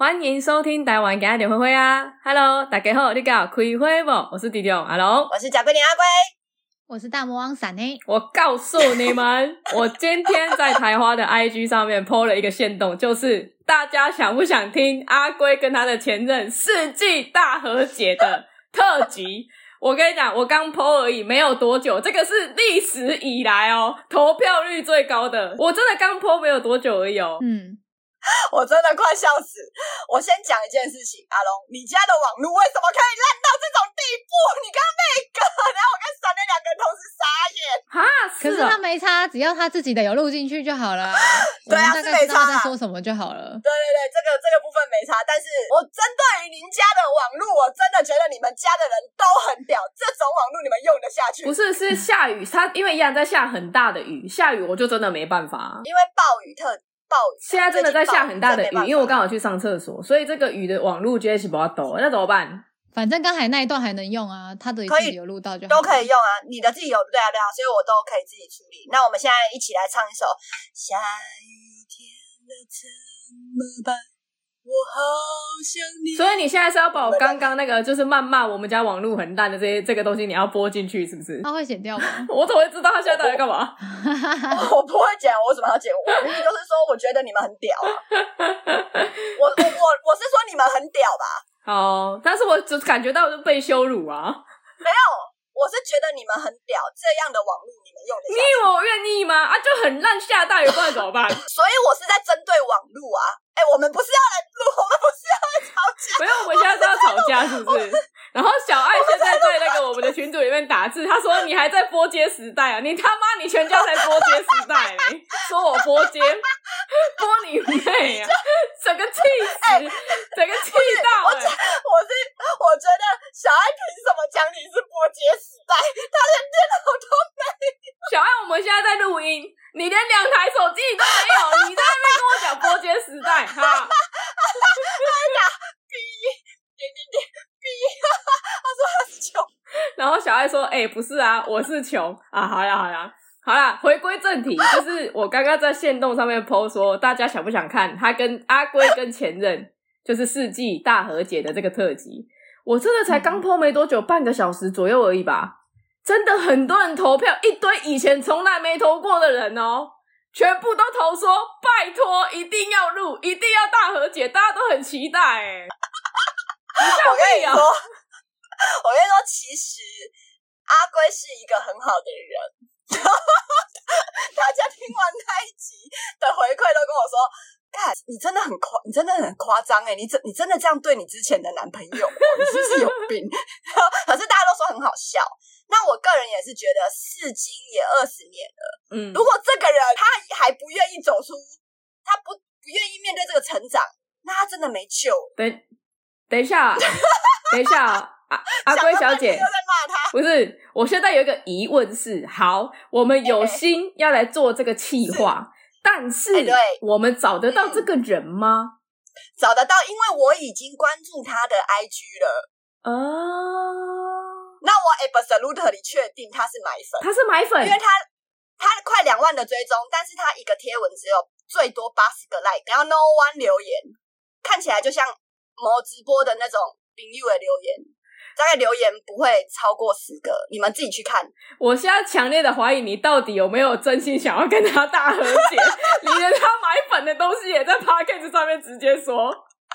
欢迎收听台湾今日就花花啊 ！Hello， 大家好，你敢有开会无？我是弟弟，Hello， 我是贾桂林阿龟， 我是大魔王闪呢。 我告诉你们，我今天在台花的 IG 上面 po 了一个限动，就是大家想不想听阿龟跟他的前任世纪大和解的特辑？我跟你讲，我刚 po 而已，没有多久，这个是历史以来投票率最高的。我真的刚 po 没有多久而已我真的快笑死。我先讲一件事情，阿龙，你家的网络为什么可以烂到这种地步？你刚刚那个，然后我跟闪电两个人同时傻眼。 哈， 可是他没差，只要他自己的有录进去就好了。 对啊， 我们大概知道他在说什么就好了。 对，这个部分没差，但是我针对于您家的网络，我真的觉得你们家的人都很屌，这种网络你们用得下去？ 不是，是下雨，它因为依然在下很大的雨，下雨我就真的没办法。 因为暴雨， 现在真的在下很大的雨，因为我刚好去上厕所，所以这个雨的网路接起不要抖，那怎么办？ 反正刚才那一段还能用啊，他的自己有录到就好， 都可以用啊，你的自己有对啊，所以我都可以自己处理。那我们现在一起来唱一首下雨天了怎么办，我好想你。 所以你现在是要把我刚刚那个就是谩骂我们家网路很烂的这个东西你要播进去是不是？ 他会剪掉吗？ 我怎么会知道他现在到底在干嘛？ 我不会剪，我为什么要剪？我明明就是说我觉得你们很屌啊。我是说你们很屌吧。 好，但是我就感觉到就被羞辱啊。 没有，我是觉得你们很屌，这样的网路你们用得下去。 你以为我愿意吗？啊，就很烂，下大雨不然怎么办？ 所以我是在针对网路啊。我们不是要来录，我们不是要来吵架。 没有，我们现在是要吵架是不是？然后小爱现在在那个我们的群组里面打字，他说你还在拨接时代啊？你他妈你全家才拨接时代嘞！说我拨接，拨你妹啊！整个气死，整个气到我觉得小爱凭什么讲你是拨接时代？他连电脑都没有。 小爱，我们现在在录音，你连2台手机你都没有，你在那边跟我讲拨接时代哈？ 他打B B，他说他是穷， 然后小爱说：“不是啊，我是穷啊。”好啦，回归正题，就是我刚刚在限动上面 po 说，大家想不想看他跟阿龟跟前任就是世纪大和解的这个特辑？我真的才刚 po 没多久，半个小时左右而已吧。真的很多人投票，一堆以前从来没投过的人全部都投说拜托一定要录，一定要大和解，大家都很期待我跟你说，其实阿龟是一个很好的人。大家听完那一集的回馈都跟我说，干，你真的很夸张你真的这样对你之前的男朋友你是不是有病？可是大家都说很好笑。那我个人也是觉得至今也20年了，如果这个人他还不愿意走出，他不愿意面对这个成长，那他真的没救了。 等一下阿龟小姐又在骂他。 不是，我现在有一个疑问是，好，我们有心要来做这个企划，但是我们找得到这个人吗？ 找得到，因为我已经关注他的 IG 了。那我 absolutely 确定他是买粉，因为他快2万的追踪，但是他一个贴文只有最多80个 like， 然后 no one 留言，看起来就像某直播的那种朋友的留言，大概留言不会超过10个，你们自己去看。 我现在强烈的怀疑你到底有没有真心想要跟他大和解，你连他买粉的东西也在 Podcast 上面直接说。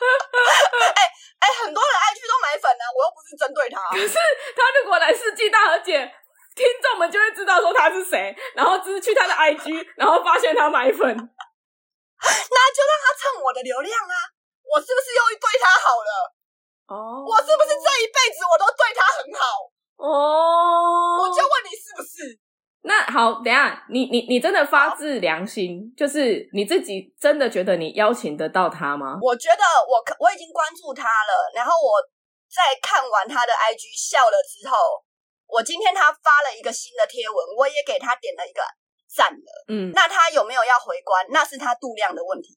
很多人 IG 都买粉啊，我又不是针对他。 可是他如果来世纪大和解，听众们就会知道说他是谁，然后只是去他的 IG， 然后发现他买粉， 那就让他蹭我的流量啊！我是不是又对他好了？我是不是这一辈子我都对他很好？我就问你是不是？ 那好，等一下，你真的发自良心，就是你自己真的觉得你邀请得到他吗？ 我觉得我已经关注他了，然后我在看完他的 IG 笑了之后，我今天他发了一个新的贴文，我也给他点了一个赞了。那他有没有要回关，那是他度量的问题。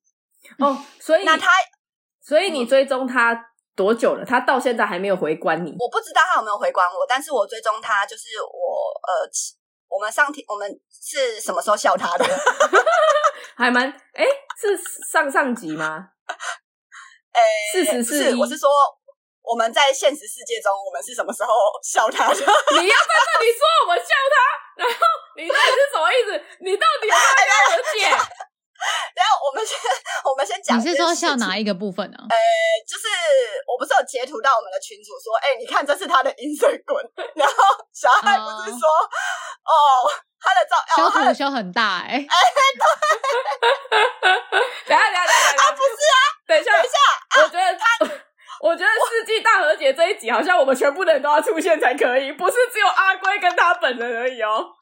所以你追踪他多久了？他到现在还没有回关你？ 我不知道他有没有回关我，但是我追踪他，就是我们是什么时候笑他的？ 还蛮是上集吗？ 40 不是，我是说我们在现实世界中，我们是什么时候笑他的？ 你要在这里说我们笑他，然后你到底是什么意思？你到底有没有跟他和解？ 然后我们先讲， 你是说笑哪一个部分呢？ 就是我不是有截图到我们的群组说，你看这是他的银水滚，然后小爱不是说，他的修图修很大对。 等一下， 不是啊， 等一下，我觉得世纪大和解这一集好像我们全部的人都要出现才可以，不是只有阿龟跟他本人而已哦。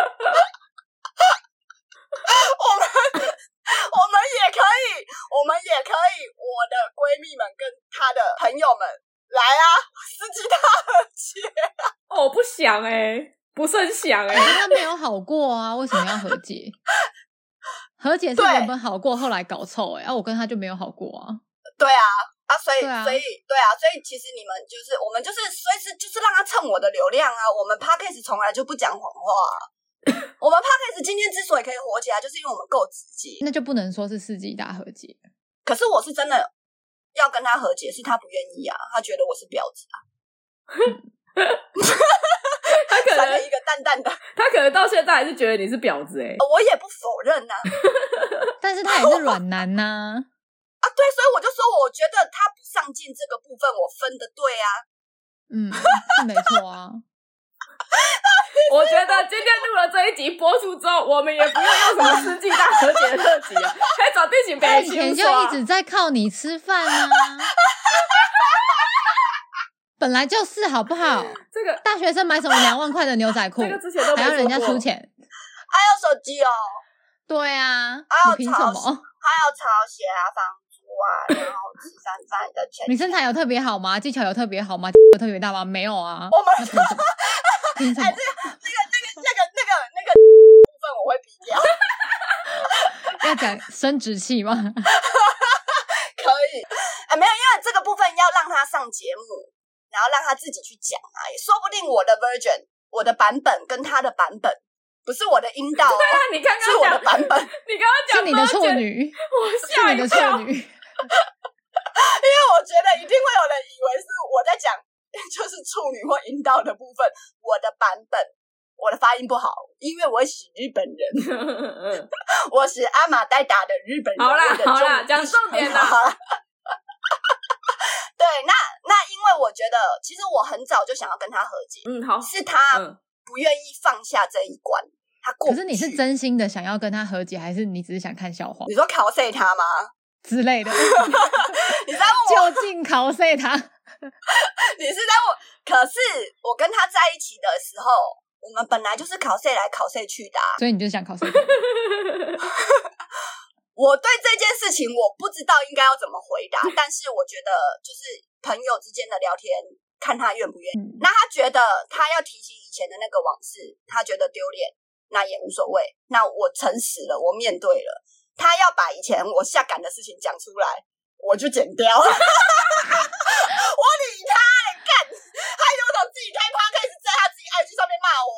我们也可以，我的闺蜜们跟她的朋友们来啊，世纪大和解啊！ 我不想不是很想他没有好过啊，为什么要和解？和解是原本好过，后来搞臭我跟他就没有好过啊。 对啊，所以其实你们就是我们就是随时就是让他蹭我的流量啊。我们 Podcast 从来就不讲谎话我们 Podcast 今天之所以可以火起来，就是因为我们够直接。 那就不能说是世纪大和解。 可是我是真的要跟他和解，是他不愿意啊，他觉得我是婊子啊。 他可能一个淡淡的， 他可能到现在还是觉得你是婊子我也不否认啊。 但是他也是软男呐对，所以我就说，我觉得他不上进这个部分，我分的对啊。 是没错啊。 我觉得今天录了这一集播出之后，我们也不用什么世纪大和解的特辑了，可以找地勤北以前就一直在靠你吃饭啊。本来就是好不好？ 这个大学生买什么2万块的牛仔裤， 这个之前都没还要人家出钱， 还有手机哦。 对啊， 还你凭什么？ 还要抄写啊，房租啊，然后吃饭的钱。 你身材有特别好吗？技巧有特别好吗？有特别大吗？没有啊。 我们凭什么？ 那个部分我会逼掉。 要讲生殖器吗？ 可以。没有，因为这个部分要让他上节目，然后让他自己去讲啊，也说不定我的 version， 我的版本跟他的版本不是我的阴道对啊，你刚刚是我的版本， 你刚刚讲是你的处女， 我吓一跳。 是你的处女。 因为我觉得一定会有人以为是我在讲就是处女或阴道的部分，我的版本。我的发音不好，因为我是日本人，我是阿玛呆达的日本人。 好啦，讲重点啦。 对，那因为我觉得，其实我很早就想要跟他和解， 好， 是他不愿意放下这一关，他过不去。 可是你是真心的想要跟他和解，还是你只是想看笑话？ 你说考碎他吗？ 之类的？ 你在问我就近考碎他？ 你是在问？可是我跟他在一起的时候。我们本来就是考试来考试去的所以你就想考试。 我对这件事情我不知道应该要怎么回答，但是我觉得就是朋友之间的聊天，看他愿不愿意。那他觉得他要提起以前的那个往事，他觉得丢脸，那也无所谓。那我诚实了，我面对了。他要把以前我下感的事情讲出来，我就剪掉。我理他干，他有种自己开 podcast 在他自己 IG 上面骂我，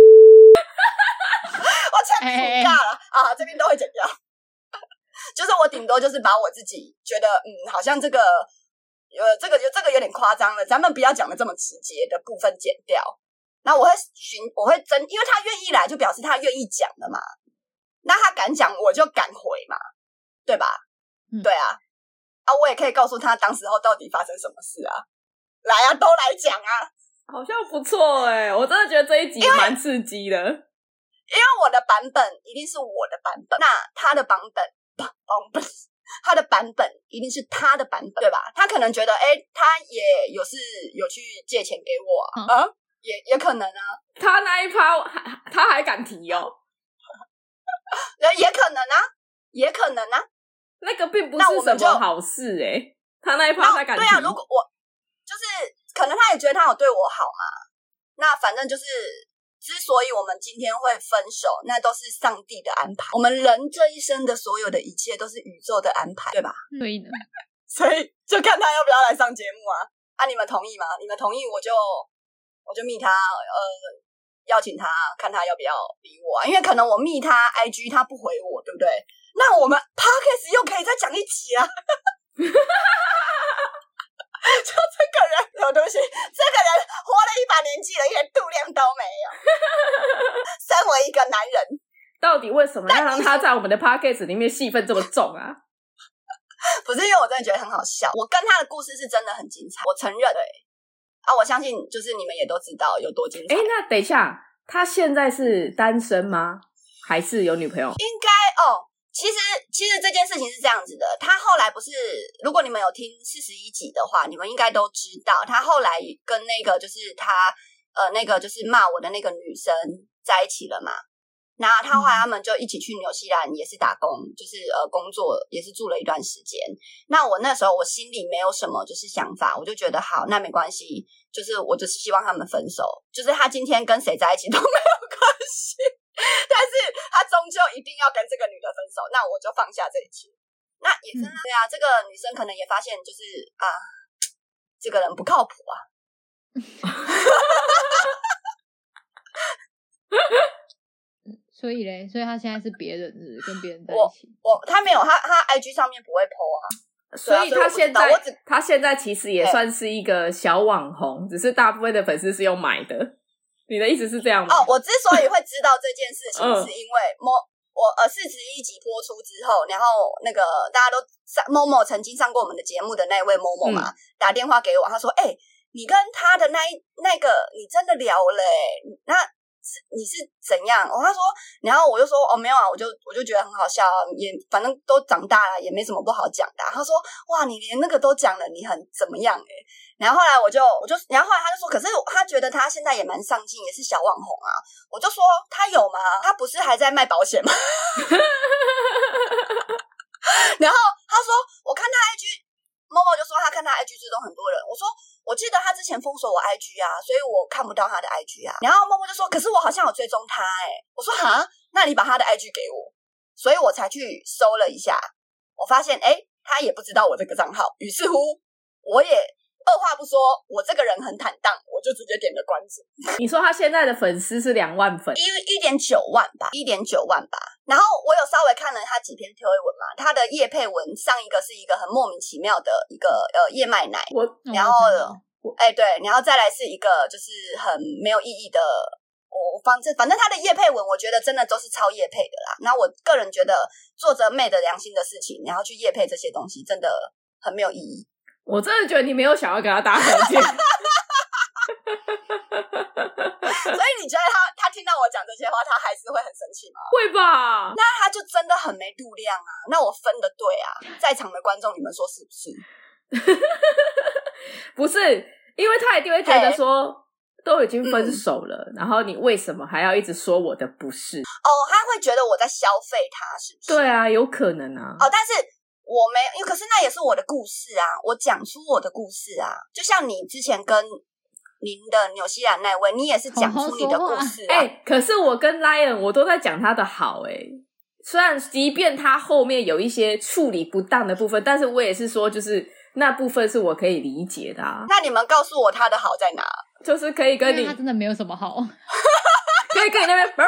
我真不尬了这边都会剪掉。就是我顶多就是把我自己觉得好像这个有点夸张了，咱们不要讲的这么直接的部分剪掉。那我会因为他愿意来，就表示他愿意讲了嘛。那他敢讲，我就敢回嘛，对吧？对啊。我也可以告诉他当时候到底发生什么事啊！来啊，都来讲啊！ 好像不错我真的觉得这一集蛮刺激的。 因为我的版本一定是我的版本，那他的版本，他的版本一定是他的版本，对吧？他可能觉得，他也有去借钱给我也可能啊。 他那一趴他还敢提哦？ 也可能啊，也可能啊。 那个并不是什么好事他那一趴他敢提。 对啊，如果我就是可能他也觉得他有对我好嘛，那反正就是之所以我们今天会分手，那都是上帝的安排。我们人这一生的所有的一切都是宇宙的安排，对吧？ 对的。 所以就看他要不要来上节目啊！你们同意吗？你们同意我就密他邀请他，看他要不要理我因为可能我密他 IG 他不回我，对不对？那我们 Podcast 又可以再讲一集啊。 对不起，这个人活了一把年纪了，一点度量都没有。身为一个男人， 到底为什么要让他在我们的 podcast 里面戏份这么重啊？ 不是因为我真的觉得很好笑，我跟他的故事是真的很精彩，我承认对啊，我相信就是你们也都知道有多精彩。 那等一下，他现在是单身吗？还是有女朋友？ 应该其实这件事情是这样子的，他后来不是，如果你们有听41集的话，你们应该都知道，他后来跟那个就是他那个就是骂我的那个女生在一起了嘛。那他后来他们就一起去纽西兰也是打工，就是工作也是住了一段时间。那我那时候我心里没有什么就是想法，我就觉得好，那没关系，就是我就是希望他们分手，就是他今天跟谁在一起都没有关系，但是他终究一定要跟这个女的分手，那我就放下这一切。那也真的对啊，这个女生可能也发现就是这个人不靠谱啊。 所以他现在是别人是跟别人在一起。 他没有，他 IG 上面不会 po 啊。 所以他现在其实也算是一个小网红，只是大部分的粉丝是用买的。你的意思是这样吗？ 我之所以会知道这件事情，是因为我41集播出之后，然后那个大家都Momo曾经上过我们的节目的那位 Momo 嘛，打电话给我，他说：“你跟他的那个你真的聊了那。”你是怎样？他说，然后我就说没有啊，我就觉得很好笑啊，也反正都长大了，也没什么不好讲的他说哇，你连那个都讲了，你很怎么样然后后来然后后来他就说，可是他觉得他现在也蛮上进，也是小网红啊。我就说他有吗？他不是还在卖保险吗？然后他说我看他 IG。默默就说他看他 IG 追踪很多人，我说我记得他之前封锁我 IG 啊，所以我看不到他的 IG 啊。然后默默就说可是我好像有追踪他我说哈，那你把他的 IG 给我，所以我才去搜了一下，我发现他也不知道我这个账号，于是乎我也二话不说，我这个人很坦荡，我就直接点了关注。 你说他现在的粉丝是2万粉 ，1.9万吧，1.9万吧。然后我有稍微看了他几篇推文嘛，他的业配文上一个是一个很莫名其妙的一个燕麦奶，然后对，然后再来是一个就是很没有意义的。反正他的业配文，我觉得真的都是超业配的啦。那我个人觉得做着昧的良心的事情，然后去业配这些东西，真的很没有意义。 我真的觉得你没有想要跟他搭和解。 所以你觉得他听到我讲这些话，他还是会很生气吗？ 会吧。 那他就真的很没度量啊。那我分的对啊，在场的观众你们说是不是？ 不是，因为他一定会觉得说都已经分手了，然后你为什么还要一直说我的不是？ 他会觉得我在消费他，是不是？ 对啊，有可能啊。 但是我没有，可是那也是我的故事啊，我讲出我的故事啊，就像你之前跟您的纽西兰那位，你也是讲出你的故事啊。 可是我跟 Lion 我都在讲他的好虽然即便他后面有一些处理不当的部分，但是我也是说就是那部分是我可以理解的啊。 那你们告诉我他的好在哪？ 就是可以跟你， 他真的没有什么好。 可以跟你那边对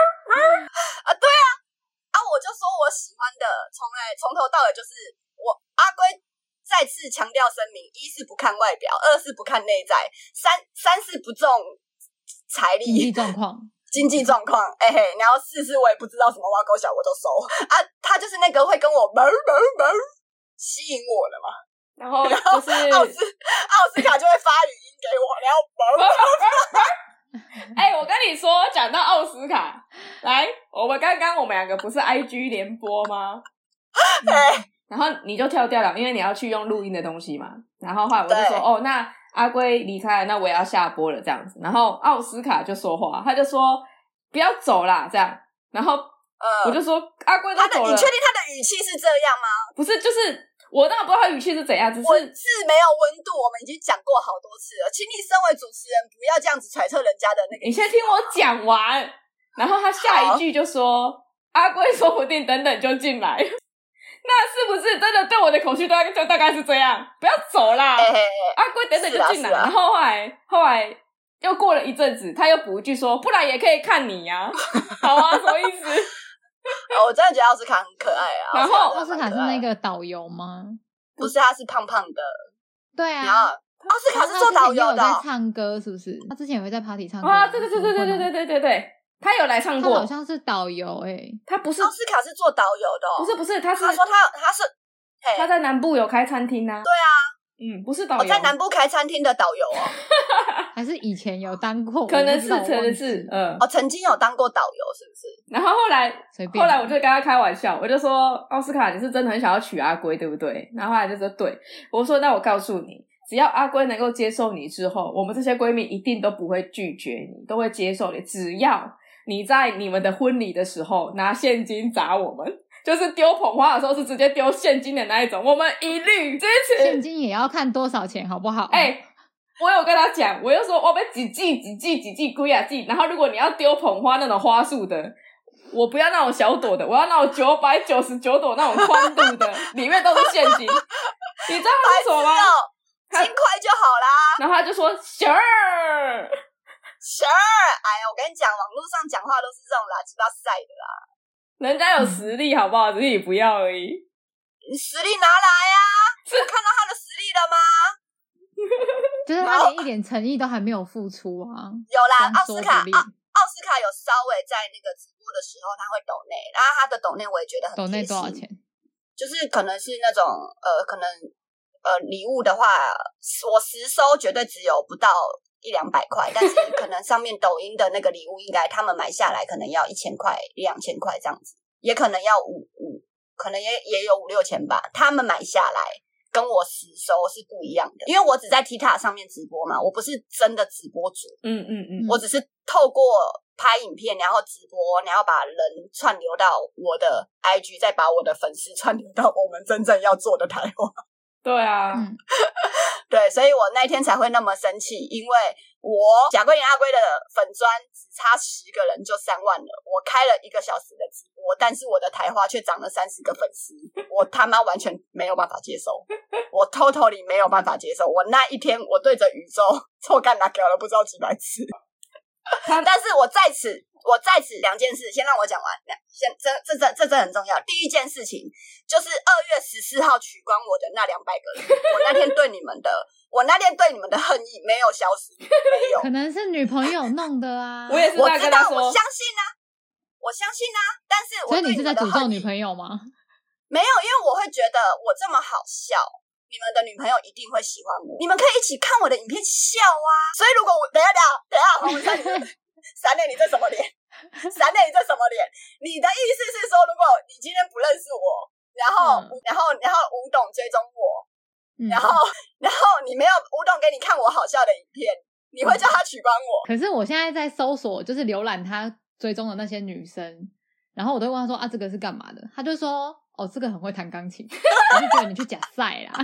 啊，我就说我喜欢的从头到尾就是我阿龟再次强调声明：一是不看外表，二是不看内在，三是不重财力经济状况，然后四是我也不知道什么挖沟小我都收啊，他就是那个会跟我吸引我的嘛。 然后就是奥斯卡就会发语音给我，然后我跟你说，讲到奥斯卡，来，我们两个不是 IG 联播吗？然后你就跳掉了，因为你要去用录音的东西嘛。然后后来我就说，那阿龟离开了，那我也要下播了这样子。然后奥斯卡就说话，他就说不要走啦这样。然后我就说阿龟都走了， 你确定他的语气是这样吗？ 不是，就是我当然不知道他语气是怎样，只是文字没有温度，我们已经讲过好多次了，请你身为主持人不要这样子揣测人家的那个。 你先听我讲完，然后他下一句就说阿龟说不定等等就进来，那是不是真的对我的口气就大概是这样？不要走啦，阿龟等等就进来。然后后来又过了一阵子，他又补一句说不然也可以看你呀。好啊，什么意思？ 我真的觉得奥斯卡很可爱啊。 然后奥斯卡是那个导游吗？ 不是，他是胖胖的。 对啊。 奥斯卡是做导游的， 他在唱歌是不是？他之前也会在 party 唱歌啊，对，他有来唱过， 他好像是导游他不是奥斯卡是做导游的不是，他说他在南部有开餐厅啊， 对啊， 不是导游， 在南部开餐厅的导游还是以前有当过， 可能是曾经有当过导游是不是？ 然后后来我就跟他开玩笑，我就说奥斯卡你是真的很想要娶阿龟对不对？然后后来就说对，我说那我告诉你，只要阿龟能够接受你之后，我们这些闺蜜一定都不会拒绝你，都会接受你，只要你在你们的婚礼的时候拿现金砸我们，就是丢捧花的时候是直接丢现金的那一种，我们一律支持。 现金也要看多少钱好不好？ 我有跟他讲，我就说我们几季贵啊季，然后如果你要丢捧花那种花束的，我不要那种小朵的，我要那种999朵那种宽度的，里面都是现金。你知道他是什么吗 ？10块就好啦。 然后他就说 sure， 哎呀，我跟你讲，网络上讲话都是这种垃圾巴塞的啦。 人家有实力好不好？只是你不要而已。 你实力拿来啊！是看到他的实力了吗？ 就是他连一点诚意都还没有付出啊。 有啦，奥斯卡有稍微在那个直播的时候他会抖内，然后他的抖内我也觉得很贴心。抖内多少钱？ 就是可能是那种可能礼物的话，我实收绝对只有不到100-200块，但是可能上面抖音的那个礼物应该他们买下来可能要1000块1-2000块这样子，也可能要可能也有5-6千吧，他们买下来跟我实收是不一样的，因为我只在 TikTok 上面直播嘛，我不是真的直播主，我只是透过拍影片然后直播，然后把人串流到我的 IG， 再把我的粉丝串流到我们真正要做的台湾。 对啊， 对，所以我那天才会那么生气，因为我贾桂林阿龟的粉专只差10个人就3万了，我开了1个小时的直播，但是我的台花却涨了30个粉丝，我他妈完全没有办法接受，我 totally 没有办法接受，我那一天我对着宇宙臭干拉屌了不知道几百次。但是我在此2件事，先让我讲完。这真很重要。第一件事情就是2月14号取关我的那200个人，我那天对你们的恨意没有消失，没有。 可能是女朋友弄的啊。 我也是在跟他说， 我相信啊。但是我对所以你是在诅咒女朋友吗？ 没有，因为我会觉得我这么好笑，你们的女朋友一定会喜欢我，你们可以一起看我的影片笑啊。所以如果我等一下黄文山闪脸你这什么脸？闪脸你这什么脸？你的意思是说，如果你今天不认识我，然后吴董追踪我，然后你没有吴董给你看我好笑的影片，你会叫他取关我？ 可是我现在在搜索，就是浏览他追踪的那些女生，然后我都会问他说啊，这个是干嘛的？他就说哦，这个很会弹钢琴。我就觉得你去假赛啦。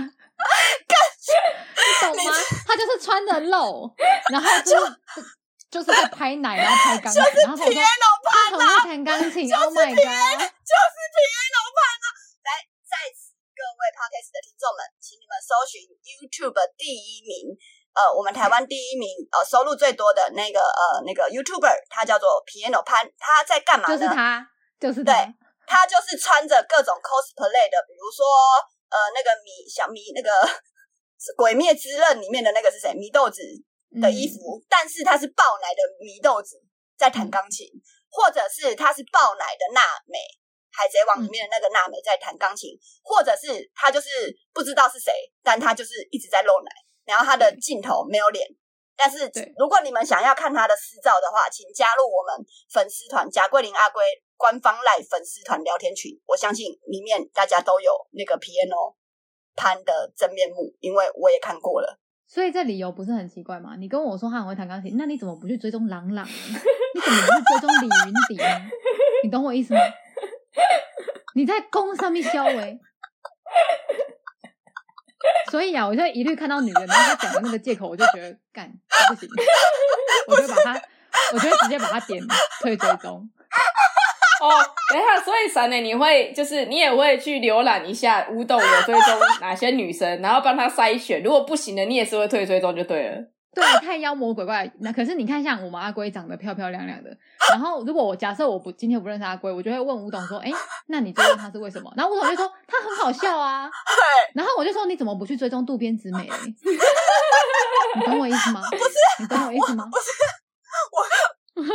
你懂吗？他就是穿着露，然后就是在拍奶，然后拍钢琴，然后他说他很会弹钢琴。Oh my god！ 就是piano pan啊！来，在此各位 podcast 的听众们，请你们搜寻 YouTube 第1名，我们台湾第1名，收入最多的那个YouTuber， 他叫做 piano pan， 他在干嘛呢？ 就是他。 对，他就是穿着各种 cosplay 的，比如说那个小米那个鬼灭之刃里面的那个是谁？祢豆子的衣服，但是他是爆奶的祢豆子在弹钢琴，或者是他是爆奶的娜美，海贼王里面的那个娜美在弹钢琴，或者是他就是不知道是谁，但他就是一直在露奶，然后他的镜头没有脸。但是如果你们想要看他的私照的话，请加入我们粉丝团贾桂林阿龟官方 LINE 粉丝团聊天群，我相信里面大家都有那个 piano pan 的真面目，因为我也看过了。 所以这理由不是很奇怪吗？你跟我说他很会弹钢琴，那你怎么不去追踪朗朗呢？你怎么不去追踪李云迪呢？你懂我意思吗？你在公上面消维。所以啊，我就一律看到女人，然后他讲的那个借口，我就觉得干不行，我就直接把他点退追踪。 等一下，所以闪磊，你也会去浏览一下吴董有追踪哪些女生，然后帮他筛选，如果不行的，你也是会退追踪就对了。 对，太妖魔鬼怪。那可是你看，像我们阿龟长得漂漂亮亮的，然后如果假设今天不认识阿龟，我就会问吴董说，那你追踪他是为什么？然后吴董就说他很好笑啊。然后我就说你怎么不去追踪渡边直美？ 你懂我意思吗？ 不是， 你懂我意思吗？ 不是我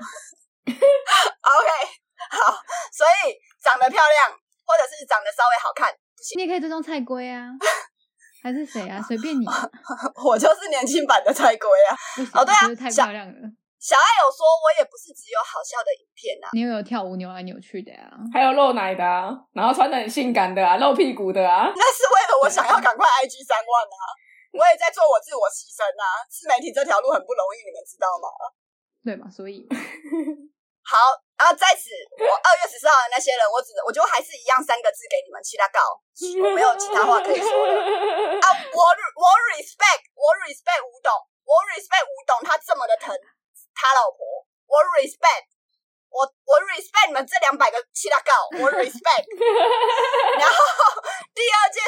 OK 好，所以长得漂亮或者是长得稍微好看不行， 你也可以追踪菜龟啊，还是谁啊？随便你。 我就是年轻版的菜龟啊。 不行， 哦对啊， 就是太漂亮了。 小爱有说，我也不是只有好笑的影片啊， 你又有跳舞扭来扭去的啊， 还有露奶的啊，然后穿得很性感的啊，露屁股的啊。 那是为了我想要赶快 IG 3万啊，我也在做我自我牺牲啊。自媒体这条路很不容易，你们知道吗？ 对嘛？所以好，然后在此，我2月14号的那些人，我就还是一样3个字给你们，其他告，我没有其他话可以说了啊。我 respect 吴董，我 respect 吴董，他这么的疼他老婆，我 respect， 我 respect 你们这200个其他告，我 respect。然后第二件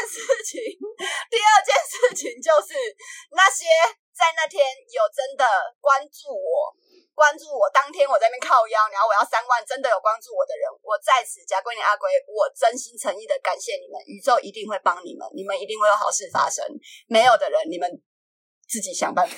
事情就是那些在那天有真的关注我当天我在那边靠腰，然后我要3万真的有关注我的人，我在此贾桂林阿龟，我真心诚意的感谢你们，宇宙一定会帮你们，你们一定会有好事发生，没有的人你们自己想办法。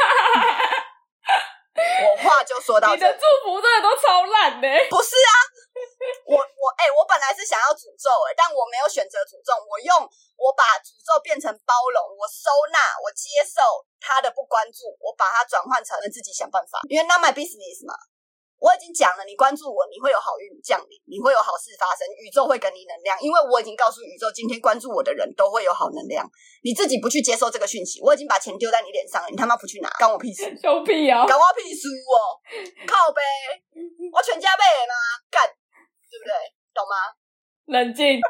我话就说到这， 你的祝福真的都超烂的。 不是啊，我本来是想要诅咒但我没有选择诅咒，我把诅咒变成包容，我收纳，我接受他的不关注，我把它转换成自己想办法，因为 not my business 嘛。我已经讲了，你关注我，你会有好运降临，你会有好事发生，宇宙会给你能量，因为我已经告诉宇宙，今天关注我的人都会有好能量。你自己不去接受这个讯息，我已经把钱丢在你脸上了，你他妈不去拿，干我屁事！ 羞屁哦， 干我屁事哦！靠背，我全家买的吗？干，对不对？懂吗？ 冷静。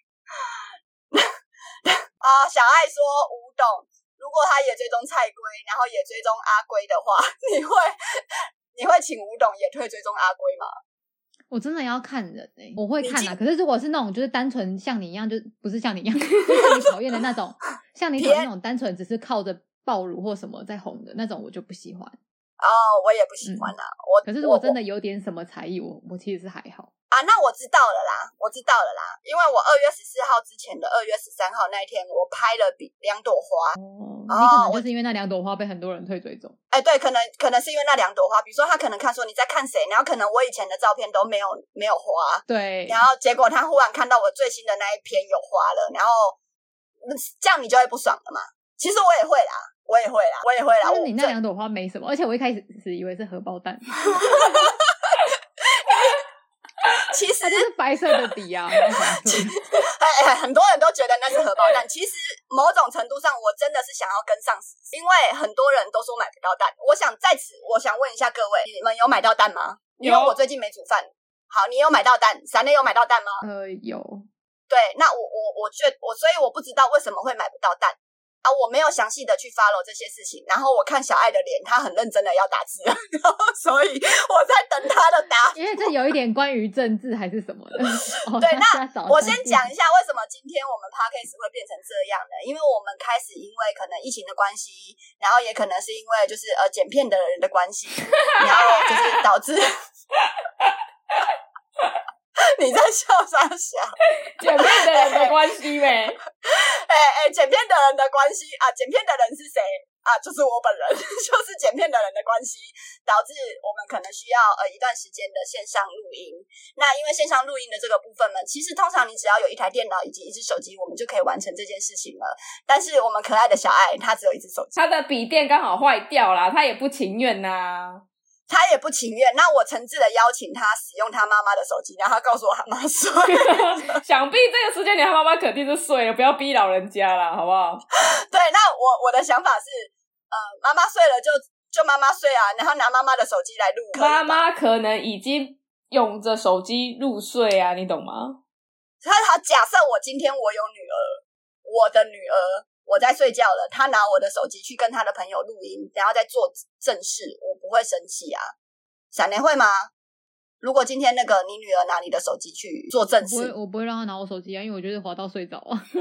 啊，小爱说吴董，如果他也追踪菜龟，然后也追踪阿龟的话，你会请吴董也退追踪阿龟吗？ 我真的要看人我会看可是如果是那种就是单纯像你一样，就不是像你一样，就是像你讨厌的那种，像你讨厌那种单纯只是靠着爆乳或什么在红的那种，我就不喜欢。 我也不喜欢啊。 可是如果真的有点什么才艺，我其实是还好。 那我知道了啦，因为我2月14号之前的2月13号那一天，我拍了2朵花。 你可能就是因为那2朵花被很多人退追踪。 对，可能是因为那2朵花，比如说他可能看说你在看谁，然后可能我以前的照片都没有花， 对， 然后结果他忽然看到我最新的那一篇有花了，然后这样你就会不爽了嘛。其实我也会啦。 但是你那2朵花没什么，而且我一开始以为是荷包蛋。 其实它就是白色的底啊。 很多人都觉得那是荷包蛋，其实某种程度上我真的是想要跟上时事，因为很多人都说买不到蛋。在此我想问一下各位，你们有买到蛋吗？因为我最近没煮饭。好，你有买到蛋？闪内有买到蛋吗？ 有。 对，那所以我不知道为什么会买不到蛋。我没有详细的去 follow 这些事情，然后我看小爱的脸，她很认真的要打字，然后所以我在等她的答复。 因为这有一点关于政治还是什么的。 对，那我先讲一下为什么今天我们 podcast 会变成这样呢？因为我们开始因为可能疫情的关系，然后也可能是因为就是剪片的人的关系，然后就是导致你在笑啥笑？ 剪片的人的关系呗。 剪片的人的关系剪片的人是谁就是我本人，就是剪片的人的关系，导致我们可能需要一段时间的线上录音。那因为线上录音的这个部分呢，其实通常你只要有一台电脑以及一只手机，我们就可以完成这件事情了。但是我们可爱的小爱，她只有一只手机， 她的笔电刚好坏掉啦，她也不情愿呐。 他也不情愿，那我诚挚的邀请他使用他妈妈的手机，然后他告诉我他妈睡了。 想必这个时间点他妈妈肯定是睡了，不要逼老人家啦，好不好？ 对，那我的想法是，妈妈睡了就妈妈睡然后拿妈妈的手机来录。 妈妈可能已经用着手机入睡你懂吗？ 好，假设我今天我有女儿，我的女儿我在睡觉了，他拿我的手机去跟他的朋友录音，然后再做正事，我不会生气闪雷会吗？如果今天那个你女儿拿你的手机去做正事， 我不会让她拿我手机因为我觉得滑到睡着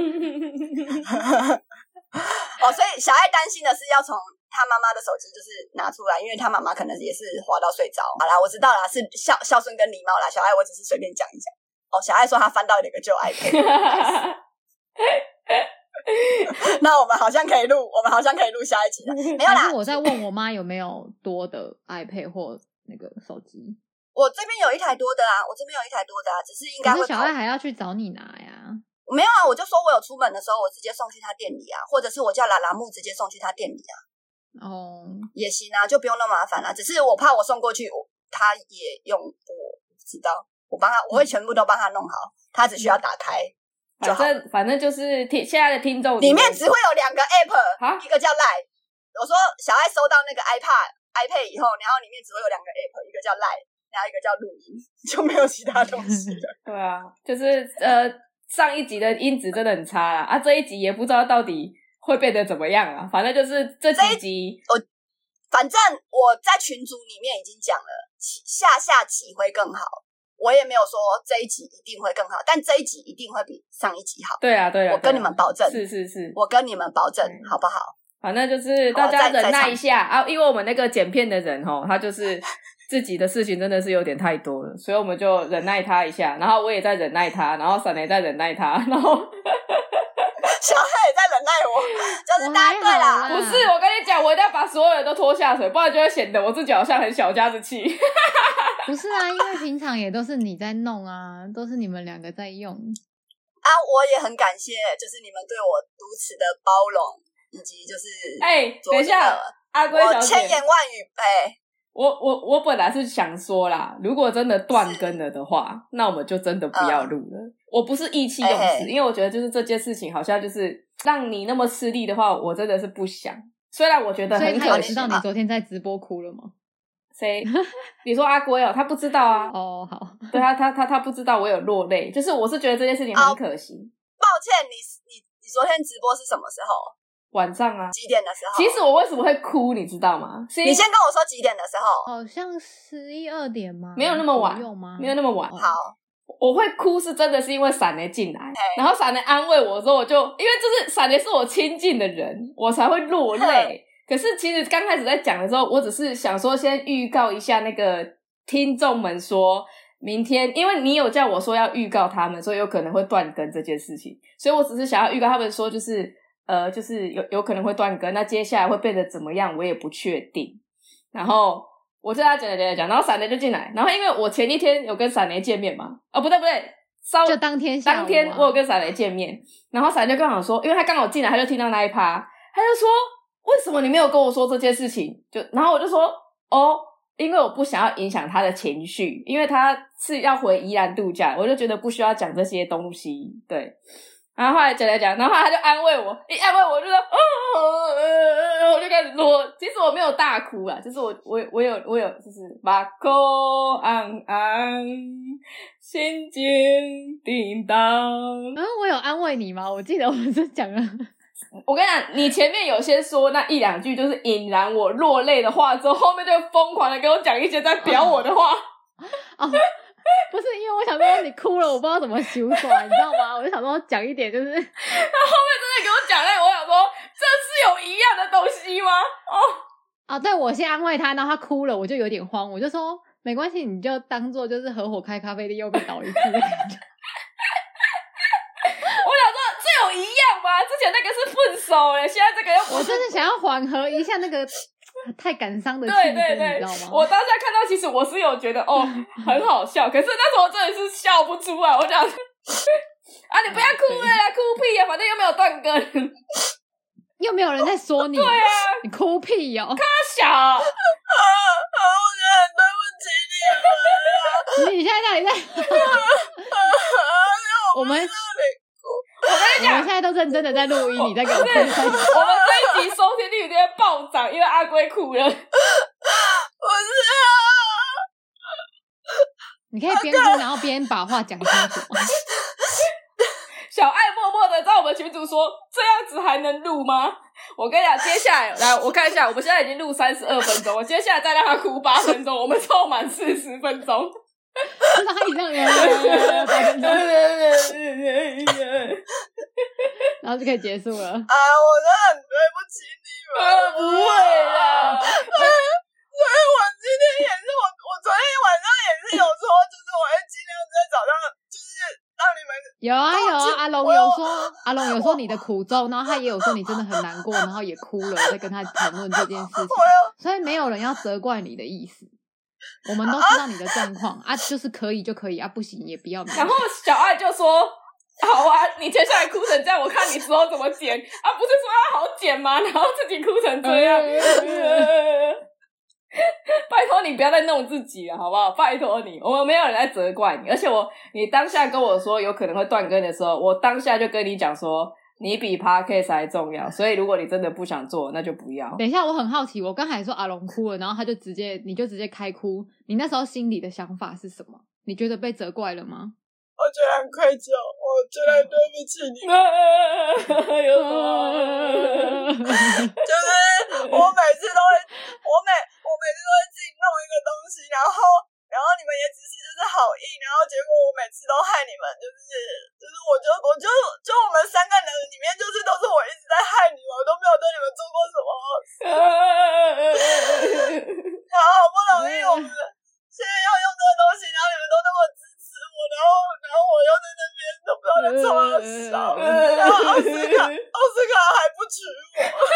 所以小爱担心的是要从他妈妈的手机就是拿出来，因为他妈妈可能也是滑到睡着。好啦，我知道啦，是孝顺跟礼貌啦。小爱我只是随便讲一讲。小爱说他翻到了一个旧 iPad。 那我们好像可以录下一集了。没有啦， 还是我在问我妈有没有多的 iPad 或那个手机。 我这边有一台多的啊，只是应该会。 可是小爱还要去找你拿呀。 没有啊，我就说我有出门的时候，我直接送去他店里啊，或者是我叫拉拉木直接送去他店里啊。 哦，也行啊，就不用那么麻烦啦。只是我怕我送过去，他也用不知道，我会全部都帮他弄好，他只需要打开就好。 反正就是现在的听众里面只会有2个 app， 一个叫 Line。我说小爱收到那个 iPad 以后，然后里面只会有2个 app， 一个叫 Line， 然后一个叫录音，就没有其他东西了。 对啊，就是上一集的音质真的很差啦，这一集也不知道到底会变得怎么样啊。反正就是这几集， 反正我在群组里面已经讲了，下集会更好。我也没有说这一集一定会更好，但这一集一定会比上一集好。对啊，我跟你们保证， 是， 我跟你们保证，好不好？ 反正就是大家忍耐一下啊，因为我们那个剪片的人他就是自己的事情真的是有点太多了，所以我们就忍耐他一下，然后我也在忍耐他，然后闪雷在忍耐他，然后小黑也在忍耐我，就是答对啦。 不是，我跟你讲，我一定要把所有人都拖下水，不然就会显得我自己好像很小家子气。 不是啊，因为平常也都是你在弄啊，都是你们2个在用啊。我也很感谢，就是你们对我如此的包容，以及就是等一下，阿龟小姐， 我千言万语我本来是想说啦，如果真的断更了的话，那我们就真的不要录了。我不是意气用事，因为我觉得就是这件事情好像就是让你那么吃力的话，我真的是不想。虽然我觉得很可惜。 所以他有知道你昨天在直播哭了吗？ 谁？你说阿龟他不知道啊。 哦，好。 对他不知道我有落泪，就是我是觉得这件事情很可惜。 抱歉，你昨天直播是什么时候？ 晚上啊。 几点的时候？ 其实我为什么会哭你知道吗？ 你先跟我说几点的时候。 好像11、2点吗？ 没有那么晚。没有那么晚。 好， 我会哭是真的是因为闪雷进来，然后闪雷安慰我之后，我就因为就是闪雷是我亲近的人，我才会落泪。可是其实刚开始在讲的时候，我只是想说先预告一下那个听众们说明天，因为你有叫我说要预告他们，所以有可能会断更这件事情，所以我只是想要预告他们说就是有可能会断更，那接下来会变得怎么样我也不确定。然后我就跟他讲，然后闪雷就进来，然后因为我前一天有跟闪雷见面嘛，不对， 就当天我有跟闪雷见面，然后闪雷就刚好说，因为他刚好进来，他就听到那一趴，他就说为什么你没有跟我说这件事情？然后我就说因为我不想要影响他的情绪，因为他是要回宜兰度假，我就觉得不需要讲这些东西，对。然后后来讲，然后后来他就安慰我，一安慰我就说我就开始说，其实我没有大哭啦，就是我有就是把口昂昂，心惊叮当。 我有安慰你吗？我记得我是讲了。 我跟你讲，你前面有先说那1、2句就是引燃我落泪的话，之后后面就疯狂的给我讲一些在表我的话。 不是，因为我想说你哭了，我不知道怎么修转，你知道吗？我就想说讲一点，就是他后面真的给我讲我想说这是有一样的东西吗？ 对，我先安慰他，然后他哭了，我就有点慌，我就说没关系，你就当做就是合伙开咖啡店又被倒一次的感觉。 我想说这有一样吗？之前那个是分手现在这个又不是。 我就是想要缓和一下那个太感伤的气氛，你知道吗？ 我当下看到，其实我是有觉得很好笑，可是那时候真的是笑不出来。我想你不要哭了啦，哭屁呀，反正又没有断更， 又没有人在说你。 对啊， 你哭屁哦， 他小。 我觉得很对不起你们你现在到底在？我跟你讲，我们现在都认真的在录音，你在给我哭。我们这一集收听率有点暴涨，因为阿龟哭了。不是你可以边哭然后边把话讲清楚。 小爱默默的在我们群组说：“这样子还能录吗？”我跟你讲，接下来我看一下，我们现在已经录32分钟，我接下来再让他哭8分钟，我们凑满40分钟。 他一样8分钟，然后就可以结束了。 我真的很对不起你们。 不会啦。 所以我今天也是，我昨天晚上也是有说，就是我会尽量在早上，就是让你们有啊，阿龙有说阿龙有说你的苦衷，然后他也有说你真的很难过，然后也哭了，在跟他谈论这件事情，所以没有人要责怪你的意思。我们都知道你的状况啊，就是可以就可以啊，不行也不要。 然后小爱就说：“好啊，你接下来哭成这样，我看你之后怎么剪啊？不是说要好剪吗？然后自己哭成这样。拜托你不要再弄自己了，好不好？拜托你，我们没有人在责怪你，而且你当下跟我说有可能会断更的时候，我当下就跟你讲说，你比 Podcast 还重要，所以如果你真的不想做，那就不要。 等一下，我很好奇，我刚才说阿龙哭了，然后你就直接开哭，你那时候心里的想法是什么？你觉得被责怪了吗？ 我觉得很愧疚，我觉得对不起你。 有什么？ 就是我每次都会自己弄一个东西，然后你们也只是就是好意，然后结果我每次都害你们，就是我们三个人里面就是都是我一直在害你们，我都没有对你们做过什么好事。好不容易我们现在要用这个东西，然后你们都那么支持我，然后我又在那边都不知道在冲他笑，然后奥斯卡还不娶我。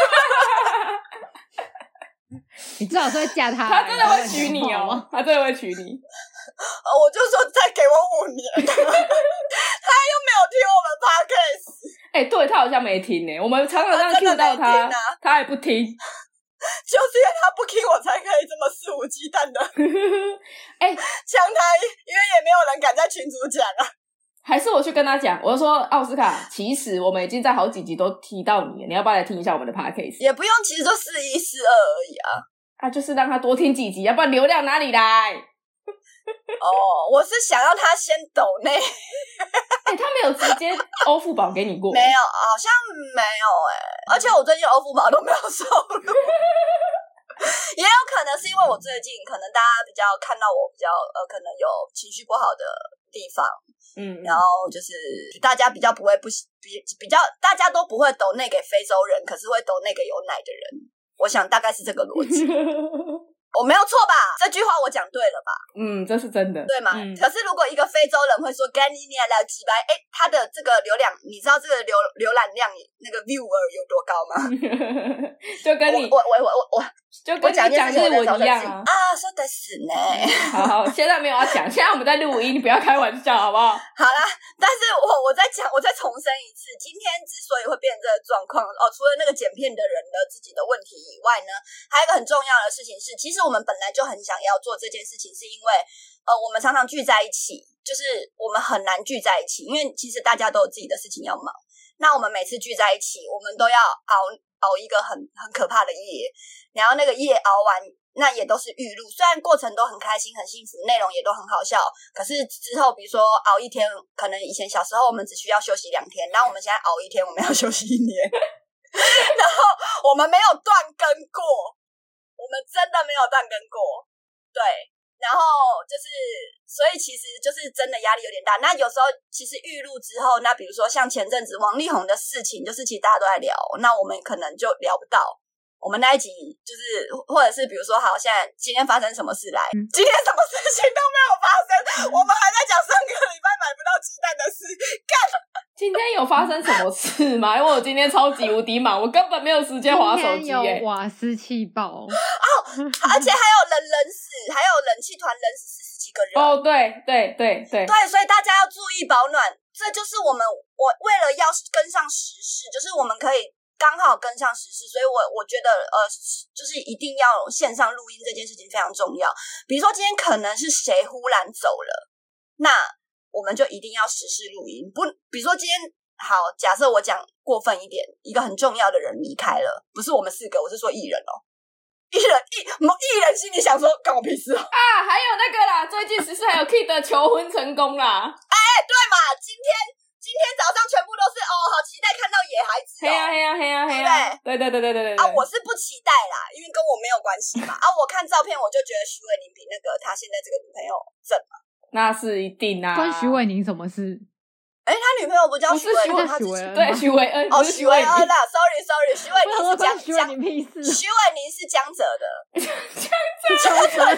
你最好是会嫁他， 他真的会娶你哦，他真的会娶你。 我就说再给我5年，他又没有听我们 podcast。 对，他好像没听我们常常这样 cue 到他，他还不听。 就是因为他不听，我才可以这么肆无忌惮的讲他，因为也没有人敢在群组讲啊。 还是我去跟他讲，我就说奥斯卡，其实我们已经在好几集都提到你了，你要不要来听一下我们的 podcast？ 也不用，其实就41、42而已啊。 就是让他多听几集，要不然流量哪里来？ 我是想要他先抖内。 他没有直接欧付宝给你过？ 没有，好像没有而且我最近欧付宝都没有收入。也有可能是因为我最近可能大家比较看到我比较可能有情绪不好的地方，然后就是大家比较不会比较大家都不会抖内给非洲人，可是会抖内给有奶的人，我想大概是这个逻辑。我没有错吧？这句话我讲对了吧？ 这是真的， 对吗？可是如果一个非洲人会说干你娘老鸡掰，他的这个流量，你知道这个浏览量那个 viewer 有多高吗？ 就跟你就跟你讲日文一样啊！ 说的是呢。 好，现在没有要讲，现在我们在录音，你不要开玩笑好不好？ 好啦，但是我再重申一次，今天之所以会变成这个状况除了那个剪片的人的自己的问题以外呢，还有一个很重要的事情是，其实我们本来就很想要做这件事情，是因为我们常常聚在一起，就是我们很难聚在一起，因为其实大家都有自己的事情要忙。那我们每次聚在一起，我们都要熬一个很可怕的夜，然后那个夜熬完，那也都是预录，虽然过程都很开心很幸福，内容也都很好笑，可是之后比如说熬一天，可能以前小时候我们只需要休息2天，然后我们现在熬一天，我们要休息1年。然后我们没有断更过，我们真的没有断更过，对。然后就是，所以其实就是真的压力有点大。那有时候其实预录之后，那比如说像前阵子王力宏的事情，就是其实大家都在聊，那我们可能就聊不到。我们那一集就是，或者是比如说，好，现在今天发生什么事来？今天什么事情都没有发生，我们还在讲上个礼拜买不到鸡蛋的事。干， 今天有发生什么事吗？因为我今天超级无敌忙，我根本没有时间滑手机。 今天有瓦斯气爆而且还有人死，还有冷气团人死40几个人。 对， 所以大家要注意保暖。这就是我为了要跟上时事，就是我们可以刚好跟上时事，所以我觉得就是一定要线上录音这件事情非常重要。比如说今天可能是谁忽然走了，那我们就一定要时事录音。不，比如说今天好，假设我讲过分一点，一个很重要的人离开了，不是我们4个，我是说艺人艺人心里想说干我屁事还有那个啦，最近时事还有 Kid 的求婚成功啦。 对嘛，今天早上全部都是好期待看到野孩子嘿呀，对我是不期待啦，因为跟我没有关系嘛我看照片我就觉得徐伟宁比那个他现在这个女朋友正嘛， 那是一定啊。 关徐伟宁什么事？ 他女朋友不叫徐伟宁， 他是对许维恩许维恩啦 ，sorry， 徐伟宁是徐伟宁屁事， 徐伟宁是江浙的， 江浙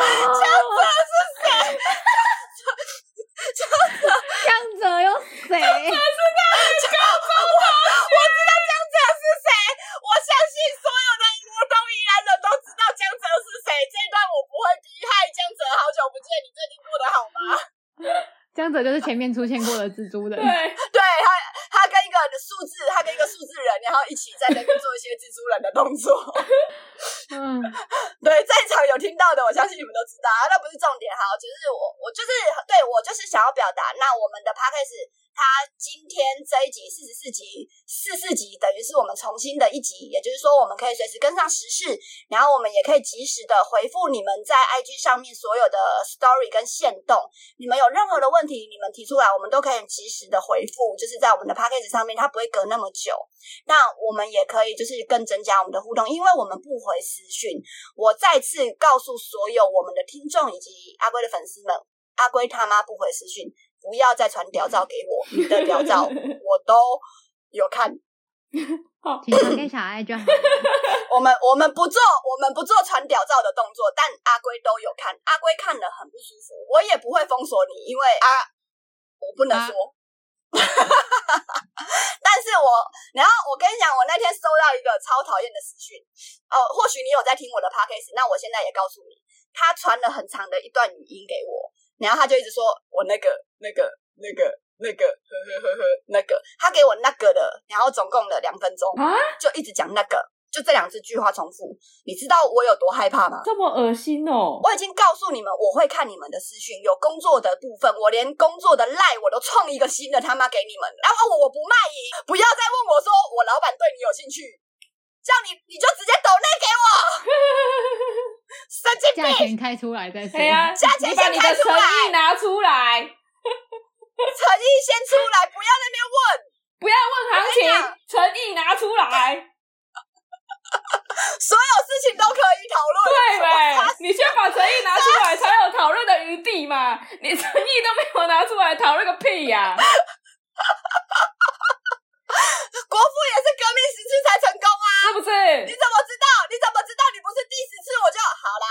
是谁？江浙有谁征者就是前面出现过的蜘蛛人。 对， 他跟一个数字人，然后一起在那边做一些蜘蛛人的动作。对，在场有听到的，我相信你们都知道啊，那不是重点。好，只是我就是想要表达，那我们的 podcast 它今天这一集44集，等于是我们重新的一集，也就是说我们可以随时跟上时事，然后我们也可以及时的回复你们在 IG 上面所有的 story 跟限动，你们有任何的问题，你们提出来，我们都可以及时的回复，就是在我们的 podcast 上面，它不会隔那么久。那我们也可以就是更增加我们的互动，因为我们不回私讯。我再次告诉所有我们的听众以及阿龟的粉丝们，阿龟他妈不回私讯，不要再传屌照给我，你的屌照我都有看。 请传给小爱就好了。 我们不做传屌照的动作，但阿龟都有看，阿龟看了很不舒服，我也不会封锁你，因为我不能说。但是然后我跟你讲，我那天收到一个超讨厌的私讯或许你有在听我的 podcast， 那我现在也告诉你，他传了很长的一段语音给我，然后他就一直说我那个，他给我那个的，然后总共了2分钟就一直讲那个，就这2句话重复。你知道我有多害怕吗？ 这么恶心哦！ 我已经告诉你们，我会看你们的私讯，有工作的部分，我连工作的赖我都创一个新的他妈给你们，然后我不卖淫，不要再问我说我老板对你有兴趣，这样你就直接抖内给我。神经病！ 价钱开出来再说。 对啊， 价钱先开出来， 你把你的诚意拿出来， 诚意先出来，不要那边问， 不要问行情，诚意拿出来， 所有事情都可以讨论。 对呗？你先把诚意拿出来，才有讨论的余地嘛。你诚意都没有拿出来，讨论个屁呀！ 国父也是革命10次才成功啊， 是不是？ 你怎么知道？你不是第10次我就好啦。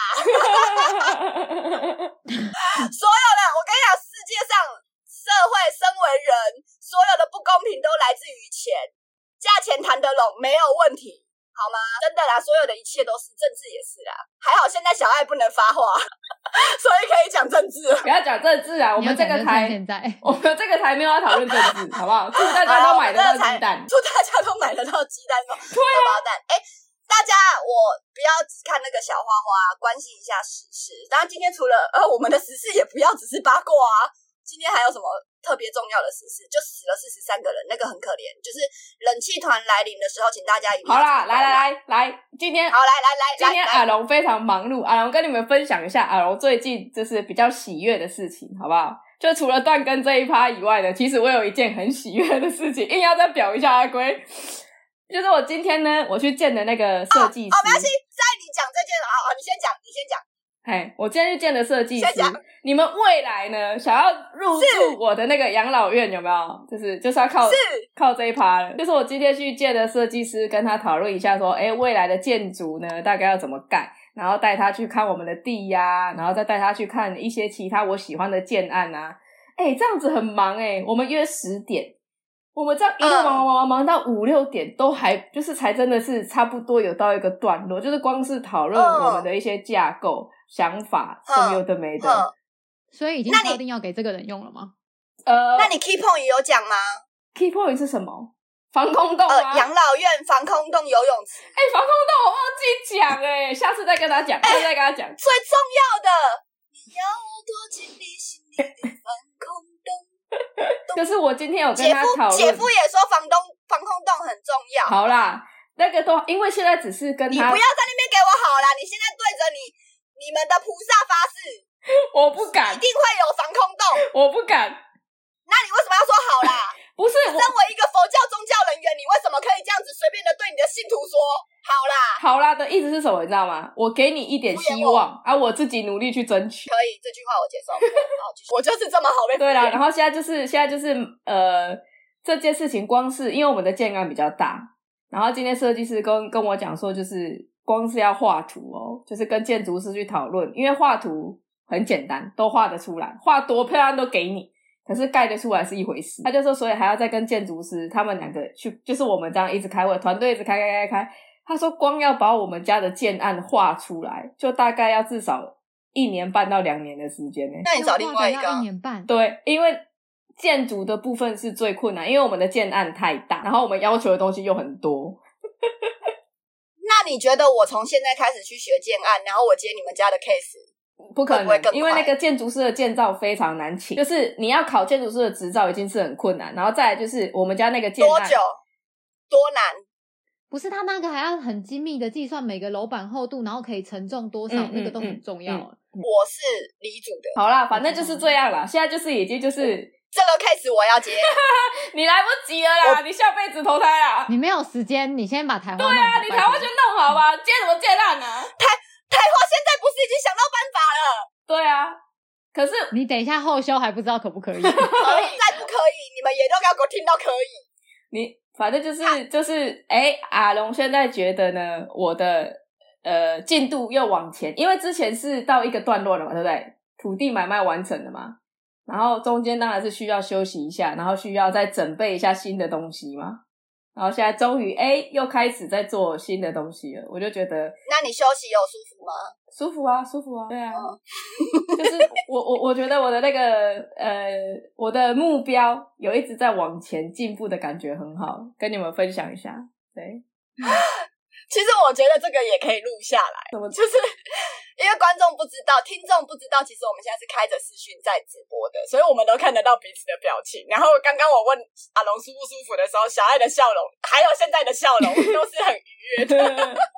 所有的，我跟你讲，世界上社会身为人，所有的不公平都来自于钱，价钱谈得拢没有问题，好吗？真的啦，所有的一切都是，政治也是啦。还好现在小爱不能发话，所以可以讲政治。 不要讲政治啊！我们这个台没有要讨论政治，好不好？祝大家都买得到鸡蛋， 祝大家都买得到鸡蛋吗？荷包蛋。大家我不要只看那个小花花，关心一下时事。当然今天除了我们的时事，也不要只是八卦啊。今天还有什么特别重要的时事？就死了43个人，那个很可怜。就是冷气团来临的时候，请大家一定要好啦，来，今天今天阿龙非常忙碌，阿龙跟你们分享一下阿龙最近就是比较喜悦的事情，好不好？就除了断更这一趴以外的，其实我有一件很喜悦的事情，硬要再表一下阿龟。就是我今天呢，我去见的那个设计师。 没关系，在你讲这件你先讲。 我今天去见的设计师，你们未来呢想要入住我的那个养老院有没有？就是要靠这一趴了。就是我今天去见的设计师，跟他讨论一下说，未来的建筑呢大概要怎么盖，然后带他去看我们的地呀，然后再带他去看一些其他我喜欢的建案啊。这样子很忙我们约10点。我们这样一路忙到5、6点，都还就是才真的是差不多有到一个段落，就是光是讨论我们的一些架构、想法，什么有的没的。 所以已经确定要给这个人用了吗？ 那你 key point 有讲吗 ？key point 是什么？防空洞吗？ 养老院防空洞游泳池。 防空洞我忘记讲下次再跟他讲，下次再跟他讲。 最重要的，你要躲进你心里的防空洞。 就是我今天有跟他讨论， 姐夫也说防空洞很重要。 好啦，那个都因为现在只是跟他， 你不要在那边给我好啦！你现在对着你们的菩萨发誓， 我不敢， 一定会有防空洞， 我不敢。 那你为什么要说好啦？ 不是， 身为一个佛教宗教人员，你为什么可以这样子随便的对你的信徒说好啦的意思是什么？你知道吗？我给你一点希望我自己努力去争取。 可以，这句话我接受。我就是这么好被。 对啦，然后现在就是这件事情，光是因为我们的建案比较大，然后今天设计师跟我讲说，就是光是要画图就是跟建筑师去讨论，因为画图很简单，都画得出来，画多漂亮都给你。可是盖得出来是一回事，他就说，所以还要再跟建筑师他们2个去，就是我们这样一直开会，团队一直开。他说光要把我们家的建案画出来，就大概要至少 1年半到2年的时间呢。 那你找另外一个 1年半？ 对，因为建筑的部分是最困难，因为我们的建案太大，然后我们要求的东西又很多。 那你觉得我从现在开始去学建案，然后我接你们家的 case， 不可能， 会不会更快？ 因为那个建筑师的建造非常难请，就是你要考建筑师的执照已经是很困难，然后再来就是我们家那个建案多久多难？ 不是，他那个还要很精密的计算每个楼板厚度，然后可以承重多少，那个都很重要。 我是理组的。 好啦，反正就是这样啦。现在就是已经就是这个 case 我要接， 你来不及了啦，你下辈子投胎啦。 你没有时间，你先把台花弄好。 对啊，你台花先弄好吧，接什么接烂啊？ 台花现在不是已经想到办法了？ 对啊，可是你等一下后修还不知道可不可以？ 可以，再不可以，你们也都要给我听到可以。 你反正就是阿龙现在觉得呢，我的进度又往前，因为之前是到一个段落了嘛，对不对？土地买卖完成了嘛，然后中间当然是需要休息一下，然后需要再准备一下新的东西嘛。然后现在终于又开始在做新的东西了，我就觉得， 那你休息有舒服吗？ 舒服啊，舒服啊，对啊，就是我觉得我的那个我的目标有一直在往前进步的感觉很好，跟你们分享一下。对， 其实我觉得这个也可以录下来，就是因为观众不知道，听众不知道，其实我们现在是开着视讯在直播的，所以我们都看得到彼此的表情。然后刚刚我问阿龙舒不舒服的时候，小爱的笑容还有现在的笑容都是很愉悦的。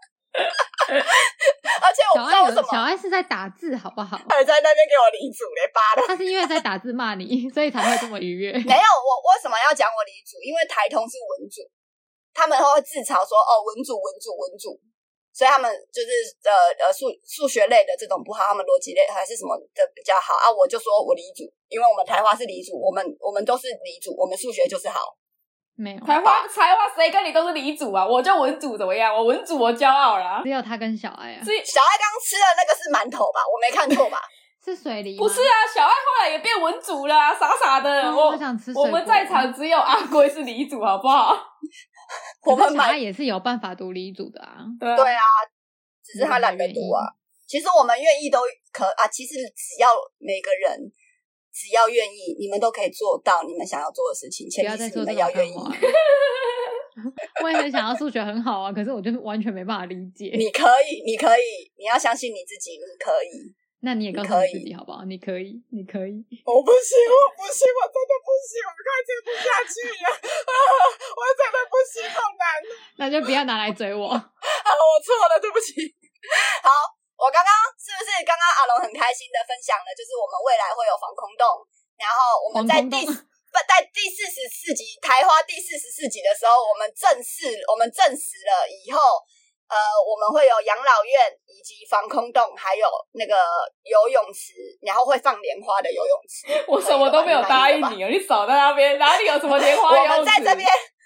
而且我不知道为什么小爱是在打字好不好？ 还在那边给我理组嘞，扒的。 他是因为在打字骂你，所以才会这么愉悦。 没有，我为什么要讲我理组？因为台通是文组，他们会自嘲说文组，所以他们就是数学类的这种不好，他们逻辑类还是什么的比较好啊。我就说我理组，因为我们台花是理组，我们都是理组，我们数学就是好。 没有台花谁跟你都是理组啊，我就文组怎么样？我文组我骄傲啦。 只有他跟小爱啊。 所以小爱刚吃的那个是馒头吧？我没看错吧？ 是水梨吗？ 不是啊，小爱后来也变文组了啊，傻傻的。 我想吃水果。 我们在场只有阿龟是理组，好不好？ 我们小爱也是有办法读理组的啊。 对啊，只是他懒得读啊。其实我们愿意都其实只要每个人只要愿意，你们都可以做到你们想要做的事情，前提是你们要愿意。 我也很想要数学很好啊，可是我就完全没办法理解。 你可以，你要相信你自己，你可以。 那你也告诉你自己好不好？你可以。 我不行，我真的不行，我快接不下去了，我真的不行，好难。 那就不要拿来追我。 我错了，对不起。好，我刚刚是不是阿龙很开心的分享了，就是我们未来会有防空洞，然后我们在第44集台花第44集的时候，我们证实了以后。我们会有养老院以及防空洞，还有那个游泳池，然后会放莲花的游泳池。 我什么都没有答应你哦，你少在那边，哪里有什么莲花游泳池？ 我们在这边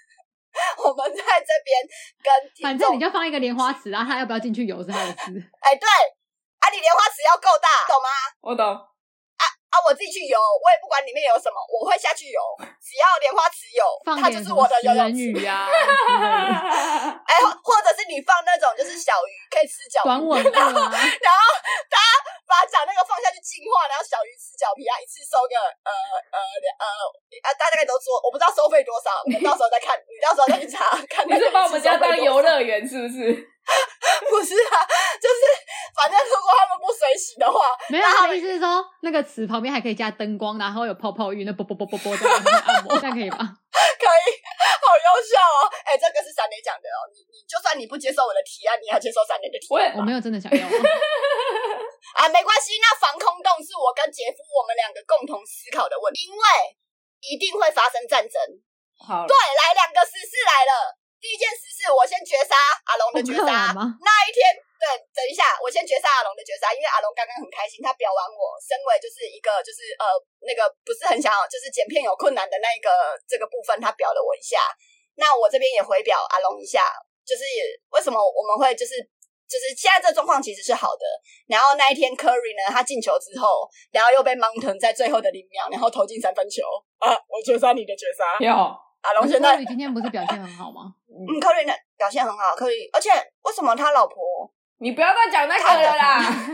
跟听众， 反正你就放一个莲花池啊，他要不要进去游是他的事。 对你莲花池要够大，懂吗？ 我懂。 我自己去游，我也不管里面有什么，我会下去游，只要莲花池有，它就是我的游泳池啊。 或者是你放那种就是小鱼可以吃脚皮， 短吻然后大家把那个放下去净化，然后小鱼吃脚皮，一次收个大概都说，我不知道收费多少，你到时候再看，你到时候再去查看。 你是把我们家当游乐园是不是？ 不是啊，就是反正如果他们不水洗的话， 没有，他的意思是说那个池旁边还可以加灯光，然后有泡泡浴，那啵在按摩，这样可以吗？ 可以，好优秀哦！这个是3年讲的哦。你就算你不接受我的提案，你要接受3年的提案。 我没有真的想要没关系。那防空洞是我跟杰夫我们2个共同思考的问题，因为一定会发生战争。 好， 对，来2个时事来了。第一件实事，我先绝杀阿龙的绝杀。那一天，对，等一下，我先绝杀阿龙的绝杀，因为阿龙刚刚很开心，他表完我，身为就是一个就是那个不是很想要就是剪片有困难的那个这个部分，他表了我一下。那我这边也回表阿龙一下，就是为什么我们会就是现在这状况其实是好的。然后那一天 Curry 呢，他进球之后，然后又被 Mountain 在最后的0秒，然后投进3分球我绝杀你的绝杀。 有。 阿龙现在今天不是表现很好吗 ？Curry 的表现很好，Curry，而且为什么他老婆？ 你不要再讲那个了啦！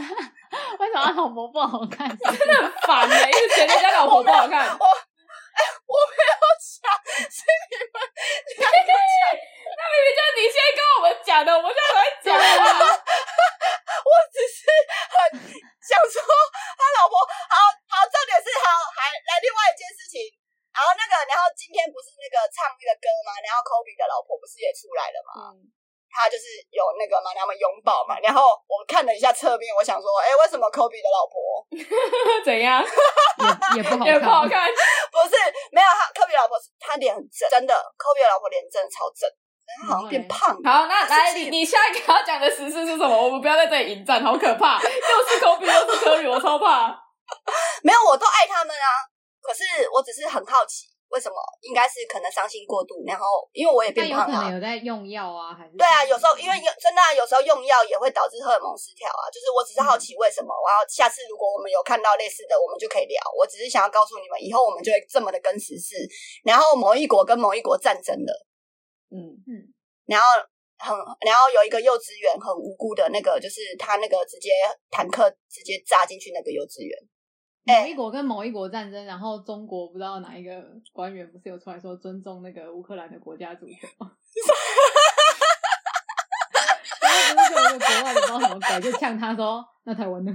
为什么他老婆不好看？ 真的很烦一直嫌人家老婆不好看。 我没有讲，是你们两个讲。 那明明就是你先跟我们讲的，我们现在才讲啊。 我只是很想说他老婆好，重点是还来另外一件事情。然后今天不是那个唱那个歌吗？然后 Kobe 的老婆不是也出来了吗？他就是有那个嘛，他们拥抱嘛。然后我看了一下侧面，我想说，为什么 Kobe 的老婆怎样？ 也不好看， 也不好看。 不是，没有Kobe 的老婆，他脸很正，真的 Kobe 的老婆脸真的超正，好像变胖。 好，那来你下一个要讲的时事是什么？我们不要在这里引战，好可怕！又是 Kobe 又是科比，我超怕。 没有，我都爱他们啊。可是我只是很好奇，为什么？应该是可能伤心过度，然后因为我也变胖了。 有可能有在用药啊，还是？ 对啊，有时候因为真的有时候用药也会导致荷尔蒙失调啊。就是我只是好奇为什么，然后下次如果我们有看到类似的，我们就可以聊。我只是想要告诉你们，以后我们就会这么的跟时事，然后某一国跟某一国战争了，然后有一个幼稚园很无辜的那个，就是他那个直接坦克直接炸进去那个幼稚园。 某一国跟某一国战争，然后中国不知道哪一个官员不是有出来说尊重那个乌克兰的国家主权吗？然后不是就有一个国外的不知道什么鬼就呛他说：“那台湾呢？”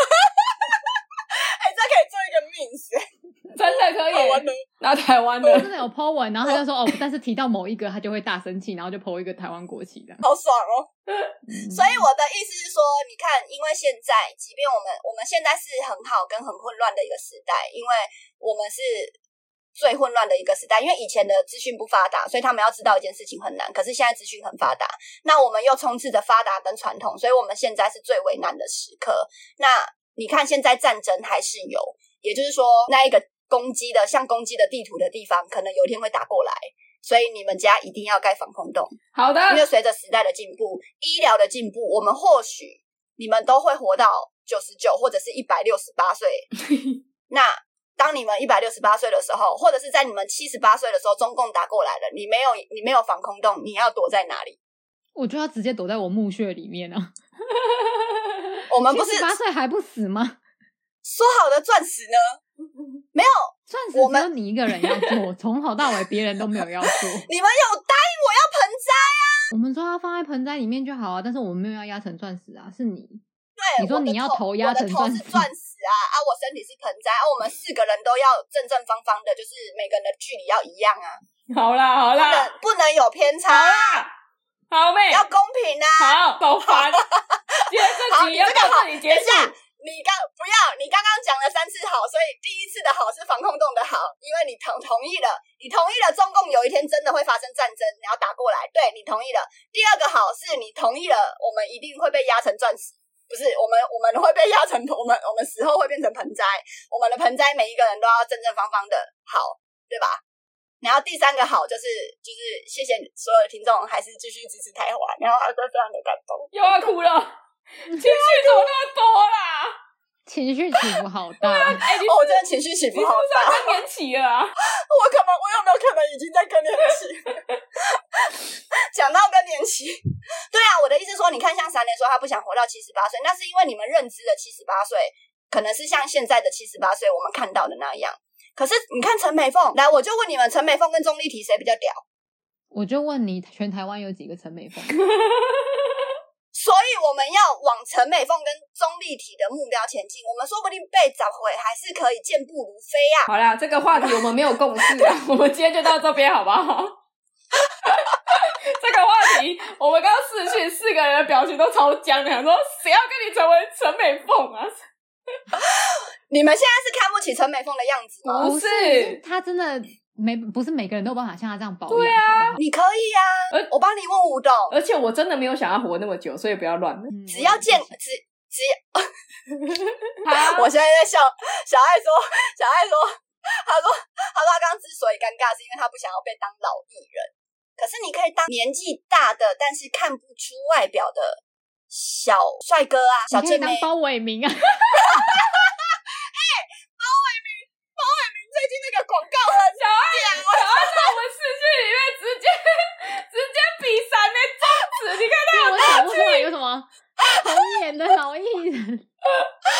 这可以做一个 memes。 真的可以，那台湾的真的有 po 文，然后他就说但是提到某一个他就会大生气，然后就 po 一个台湾国旗的， 好爽哦。所以我的意思是说，你看，因为现在即便我们现在是很好跟很混乱的一个时代，因为我们是最混乱的一个时代，因为以前的资讯不发达，所以他们要知道一件事情很难，可是现在资讯很发达，那我们又充斥着发达跟传统，所以我们现在是最为难的时刻。那你看现在战争还是有，也就是说那一个像攻击的地图的地方，可能有一天会打过来，所以你们家一定要盖防空洞。 好的， 因为随着时代的进步，医疗的进步，我们或许你们都会活到99或者是168岁。那当你们168岁的时候，或者是在你们78岁的时候，中共打过来了，你没有防空洞，你要躲在哪里？ 我就要直接躲在我墓穴里面啊！ 我们不是 78岁还不死吗？ 说好的钻石呢？没有， 钻石只有你一个人要做，从头到尾别人都没有要做。 你们有答应我要盆栽啊？ 我们说要放在盆栽里面就好啊，但是我们没有要压成钻石啊，是你。 对， 你说你要头压成钻石， 我的头是钻石啊！我身体是盆栽啊！我们4个人都要正正方方的，就是每个人的距离要一样啊！ 好啦， 不能有偏差。 好啦，好妹， 要公平啊！ 好，好烦。今天这集要到这里结束。 你刚刚讲了3次好，所以第一次的好是防空洞的好，因为你同意了，中共有一天真的会发生战争，然后打过来，对，你同意了。第二个好是你同意了，我们一定会被压成钻石，不是我们会被压成我们死后会变成盆栽，我们的盆栽每一个人都要正正方方的好，对吧？然后第3个好就是谢谢所有的听众还是继续支持台湾，然后阿哥非常的感动， 又要哭了。情绪怎么那么多啦？ 情绪起伏好大。 我真的情绪起伏好大。 你是不是更年期了啊？ 我有没有可能已经在更年期？讲到更年期，对啊，我的意思说，你看像3年说他不想活到78岁，那是因为你们认知的78岁可能是像现在的78岁我们看到的那样。可是你看陈美凤，来，我就问你们，陈美凤跟钟丽缇谁比较屌？ 我就问你，全台湾有几个陈美凤？ 所以我们要往陈美凤跟钟丽缇的目标前进，我们说不定被找回还是可以健步如飞啊！ 好啦，这个话题我们没有共识啊，我们今天就到这边好不好？这个话题，我们刚视讯4个人的表情都超僵的，想说谁要跟你成为陈美凤啊？ 你们现在是看不起陈美凤的样子吗？ 不是，他真的不是每个人都有办法像他这样保养。 对啊， 你可以啊，我帮你问吴董。 而且我真的没有想要活那么久，所以不要乱。 只要我现在在笑，小爱说，他说他刚刚之所以尴尬，是因为他不想要被当老艺人。可是你可以当年纪大的，但是看不出外表的小帅哥啊，小健妹。 你可以当包伟明啊。 包伟明最近那个广告很小爱在我们视讯里面直接比闪的中指，你看他有我想不出来有什么红颜的老艺人。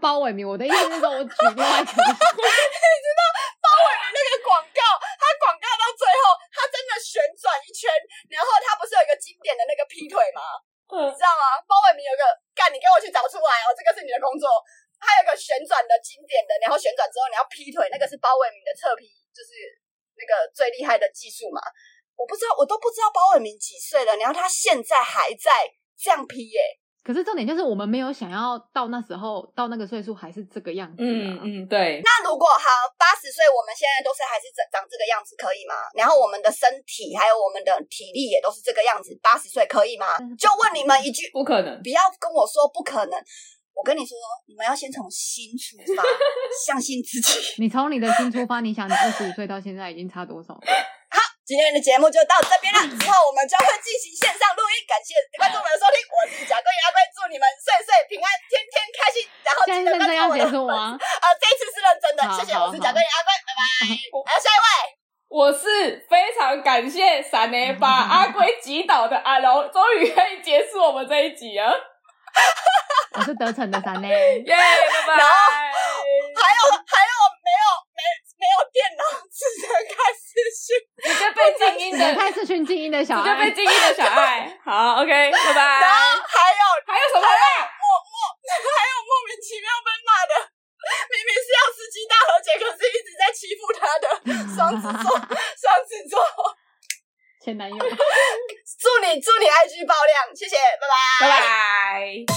包伟明，我的意思是说，我举另外一个， 你知道包伟明那个广告，他广告到最后，他真的旋转一圈，然后他不是有一个经典的那个劈腿吗？你知道吗？包伟明有个干，你给我去找出来哦，这个是你的工作。他有个旋转的经典的，然后旋转之后你要劈腿，那个是包伟明的侧劈，就是那个最厉害的技术嘛。我不知道，我都不知道包伟明几岁了，然后他现在还在这样劈耶。 可是重点就是我们没有想要到那时候到那个岁数还是这个样子对。 那如果好80岁，我们现在都是还是长这个样子，可以吗？然后我们的身体还有我们的体力也都是这个样子，80岁可以吗？就问你们一句， 不可能！ 不要跟我说不可能。我跟你说，你们要先从心出发，相信自己。 你从你的心出发，你想你25岁到现在已经差多少？ 好，今天的节目就到这边了，之后我们将会进行线上录音，感谢观众们的收听，我是贾桂阿龟，祝你们岁岁平安，天天开心。然后记得关注我的， 现在是认真要结束吗？ 这一次是认真的，谢谢，我是贾桂阿龟，拜拜。还有下一位， 我是非常感谢闪雷把阿龟击倒的阿龙，终于可以结束我们这一集了。 我是得逞的闪雷， 耶，拜拜。 然后还有没有电脑，只能看视讯， 直接被静音的， 看视讯静音的小爱， 直接被静音的小爱。好 ，OK， 拜拜。 然后还有什么啦？还有莫名其妙被骂的，明明是要司机大和解，可是一直在欺负他的双子座前男友。 祝你 IG 爆亮，谢谢，拜拜， 拜拜。